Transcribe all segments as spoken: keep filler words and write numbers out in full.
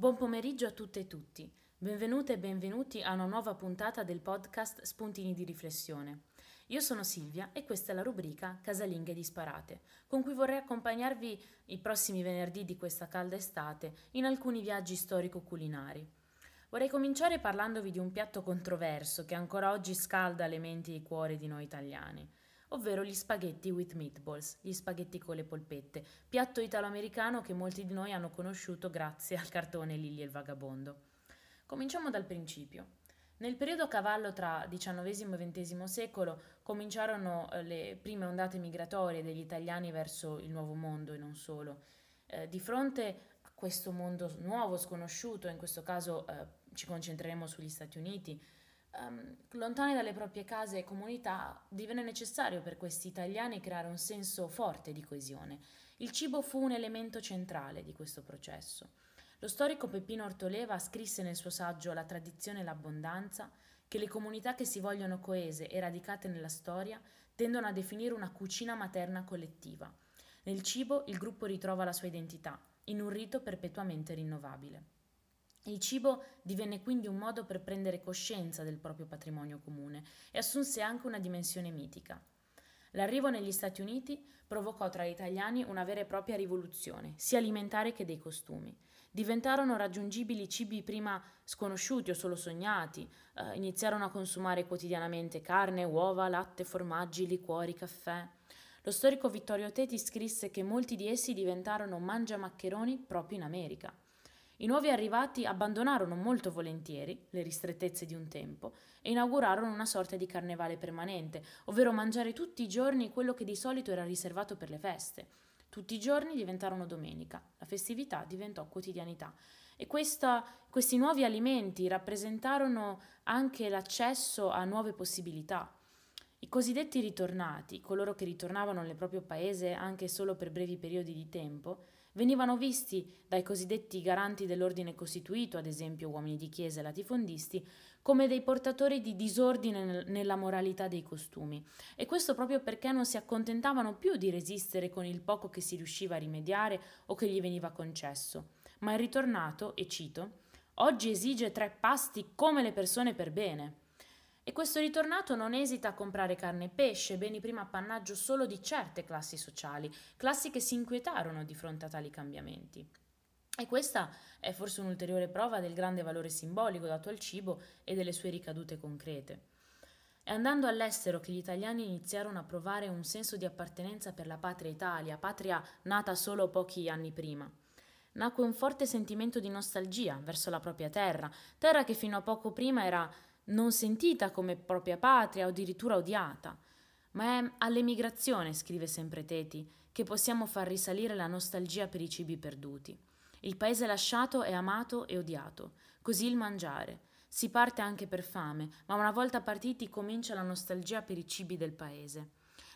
Buon pomeriggio a tutte e tutti. Benvenute e benvenuti a una nuova puntata del podcast Spuntini di riflessione. Io sono Silvia e questa è la rubrica Casalinghe disparate, con cui vorrei accompagnarvi i prossimi venerdì di questa calda estate in alcuni viaggi storico-culinari. Vorrei cominciare parlandovi di un piatto controverso che ancora oggi scalda le menti e i cuori di noi italiani, ovvero gli spaghetti with meatballs, gli spaghetti con le polpette, piatto italo-americano che molti di noi hanno conosciuto grazie al cartone Lily e il Vagabondo. Cominciamo dal principio. Nel periodo a cavallo tra diciannovesimo e ventesimo secolo cominciarono eh, le prime ondate migratorie degli italiani verso il Nuovo Mondo e non solo. Eh, di fronte a questo mondo nuovo, sconosciuto, in questo caso eh, ci concentreremo sugli Stati Uniti, Um, lontani dalle proprie case e comunità, divenne necessario per questi italiani creare un senso forte di coesione. Il cibo fu un elemento centrale di questo processo. Lo storico Peppino Ortoleva scrisse nel suo saggio La tradizione e l'abbondanza che le comunità che si vogliono coese e radicate nella storia tendono a definire una cucina materna collettiva. Nel cibo il gruppo ritrova la sua identità, in un rito perpetuamente rinnovabile. Il cibo divenne quindi un modo per prendere coscienza del proprio patrimonio comune e assunse anche una dimensione mitica. L'arrivo negli Stati Uniti provocò tra gli italiani una vera e propria rivoluzione, sia alimentare che dei costumi. Diventarono raggiungibili cibi prima sconosciuti o solo sognati, eh, iniziarono a consumare quotidianamente carne, uova, latte, formaggi, liquori, caffè. Lo storico Vittorio Teti scrisse che molti di essi diventarono mangiamaccheroni proprio in America. I nuovi arrivati abbandonarono molto volentieri le ristrettezze di un tempo e inaugurarono una sorta di carnevale permanente, ovvero mangiare tutti i giorni quello che di solito era riservato per le feste. Tutti i giorni diventarono domenica, la festività diventò quotidianità e questa, questi nuovi alimenti rappresentarono anche l'accesso a nuove possibilità. I cosiddetti ritornati, coloro che ritornavano nel proprio paese anche solo per brevi periodi di tempo, venivano visti dai cosiddetti garanti dell'ordine costituito, ad esempio uomini di chiesa e latifondisti, come dei portatori di disordine nella moralità dei costumi. E questo proprio perché non si accontentavano più di resistere con il poco che si riusciva a rimediare o che gli veniva concesso. Ma il ritornato, e cito, oggi esige tre pasti come le persone per bene. E questo ritornato non esita a comprare carne e pesce, beni prima appannaggio solo di certe classi sociali, classi che si inquietarono di fronte a tali cambiamenti. E questa è forse un'ulteriore prova del grande valore simbolico dato al cibo e delle sue ricadute concrete. È andando all'estero che gli italiani iniziarono a provare un senso di appartenenza per la patria Italia, patria nata solo pochi anni prima. Nacque un forte sentimento di nostalgia verso la propria terra, terra che fino a poco prima era non sentita come propria patria o addirittura odiata. Ma è all'emigrazione, scrive sempre Teti, che possiamo far risalire la nostalgia per i cibi perduti. Il paese lasciato è amato e odiato, così il mangiare. Si parte anche per fame, ma una volta partiti comincia la nostalgia per i cibi del paese.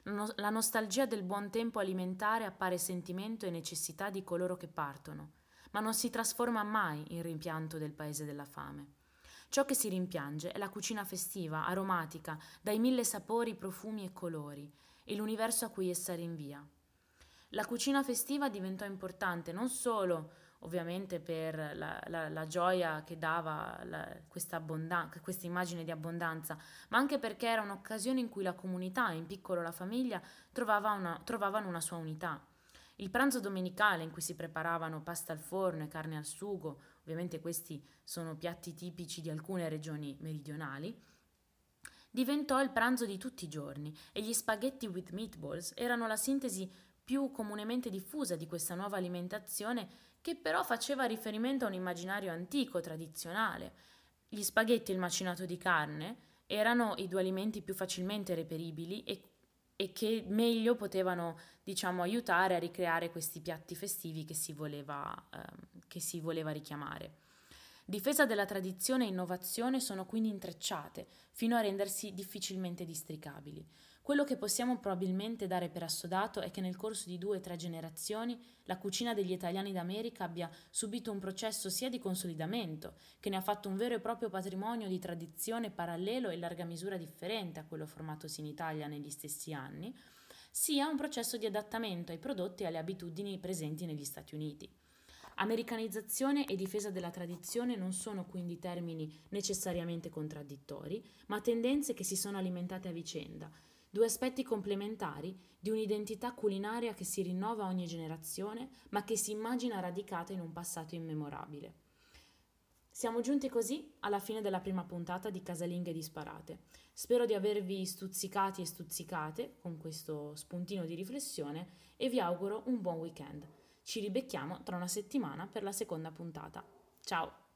La nostalgia del buon tempo alimentare appare sentimento e necessità di coloro che partono, ma non si trasforma mai in rimpianto del paese della fame. Ciò che si rimpiange è la cucina festiva, aromatica, dai mille sapori, profumi e colori, e l'universo a cui essa rinvia. La cucina festiva diventò importante non solo, ovviamente, per la, la, la gioia che dava la, questa, abbondan- questa immagine di abbondanza, ma anche perché era un'occasione in cui la comunità, in piccolo la famiglia, trovava una, trovavano una sua unità. Il pranzo domenicale in cui si preparavano pasta al forno e carne al sugo, ovviamente questi sono piatti tipici di alcune regioni meridionali, diventò il pranzo di tutti i giorni e gli spaghetti with meatballs erano la sintesi più comunemente diffusa di questa nuova alimentazione che però faceva riferimento a un immaginario antico, tradizionale. Gli spaghetti e il macinato di carne erano i due alimenti più facilmente reperibili e e che meglio potevano, diciamo, aiutare a ricreare questi piatti festivi che si voleva, eh, che si voleva richiamare. Difesa della tradizione e innovazione sono quindi intrecciate, fino a rendersi difficilmente districabili. Quello che possiamo probabilmente dare per assodato è che nel corso di due o tre generazioni la cucina degli italiani d'America abbia subito un processo sia di consolidamento, che ne ha fatto un vero e proprio patrimonio di tradizione parallelo e in larga misura differente a quello formatosi in Italia negli stessi anni, sia un processo di adattamento ai prodotti e alle abitudini presenti negli Stati Uniti. Americanizzazione e difesa della tradizione non sono quindi termini necessariamente contraddittori, ma tendenze che si sono alimentate a vicenda, due aspetti complementari di un'identità culinaria che si rinnova ogni generazione, ma che si immagina radicata in un passato immemorabile. Siamo giunti così alla fine della prima puntata di Casalinghe Disparate. Spero di avervi stuzzicati e stuzzicate con questo spuntino di riflessione e vi auguro un buon weekend. Ci ribecchiamo tra una settimana per la seconda puntata. Ciao!